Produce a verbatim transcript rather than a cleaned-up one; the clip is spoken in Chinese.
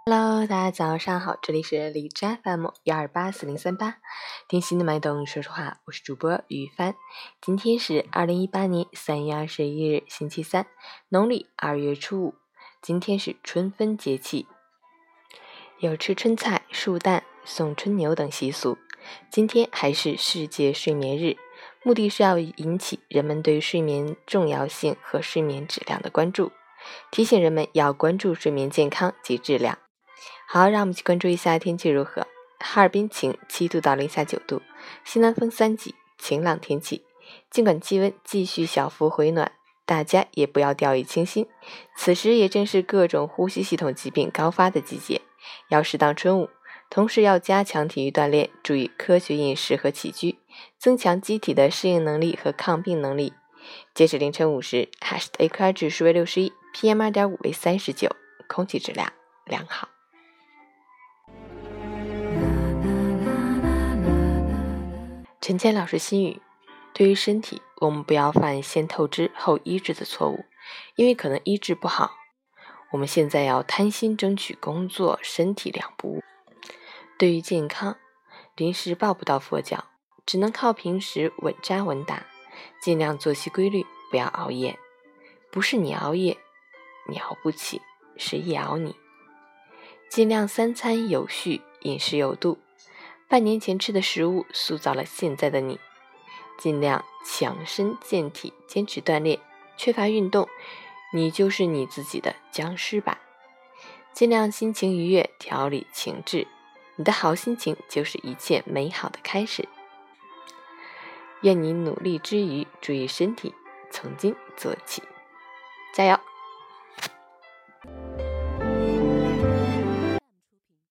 Hello， 大家早上好，这里是荔枝 F M 幺二八四零三八，听心的脉动说说话，我是主播于帆。今天是二零一八年三月二十一日，星期三，农历二月初五。今天是春分节气，有吃春菜、树蛋、送春牛等习俗。今天还是世界睡眠日，目的是要引起人们对睡眠重要性和睡眠质量的关注，提醒人们要关注睡眠健康及质量。好，让我们去关注一下天气如何。哈尔滨晴，七度到零下九度，西南风三级，晴朗天气。尽管气温继续小幅回暖，大家也不要掉以轻心。此时也正是各种呼吸系统疾病高发的季节，要适当春捂，同时要加强体育锻炼，注意科学饮食和起居，增强机体的适应能力和抗病能力。截止凌晨五时，海市的 A Q I 指数为六十一 ，P M 二点五 为三十九，空气质量良好。陈谦老师心语：对于身体，我们不要犯先透支后医治的错误，因为可能医治不好。我们现在要贪心争取工作、身体两不误。对于健康，临时抱不到佛脚，只能靠平时稳扎稳打，尽量作息规律，不要熬夜。不是你熬夜，你熬不起，是夜熬你。尽量三餐有序，饮食有度。半年前吃的食物塑造了现在的你，尽量强身健体，坚持锻炼。缺乏运动，你就是你自己的僵尸版。尽量心情愉悦，调理情志，你的好心情就是一切美好的开始。愿你努力之余注意身体，从今做起，加油！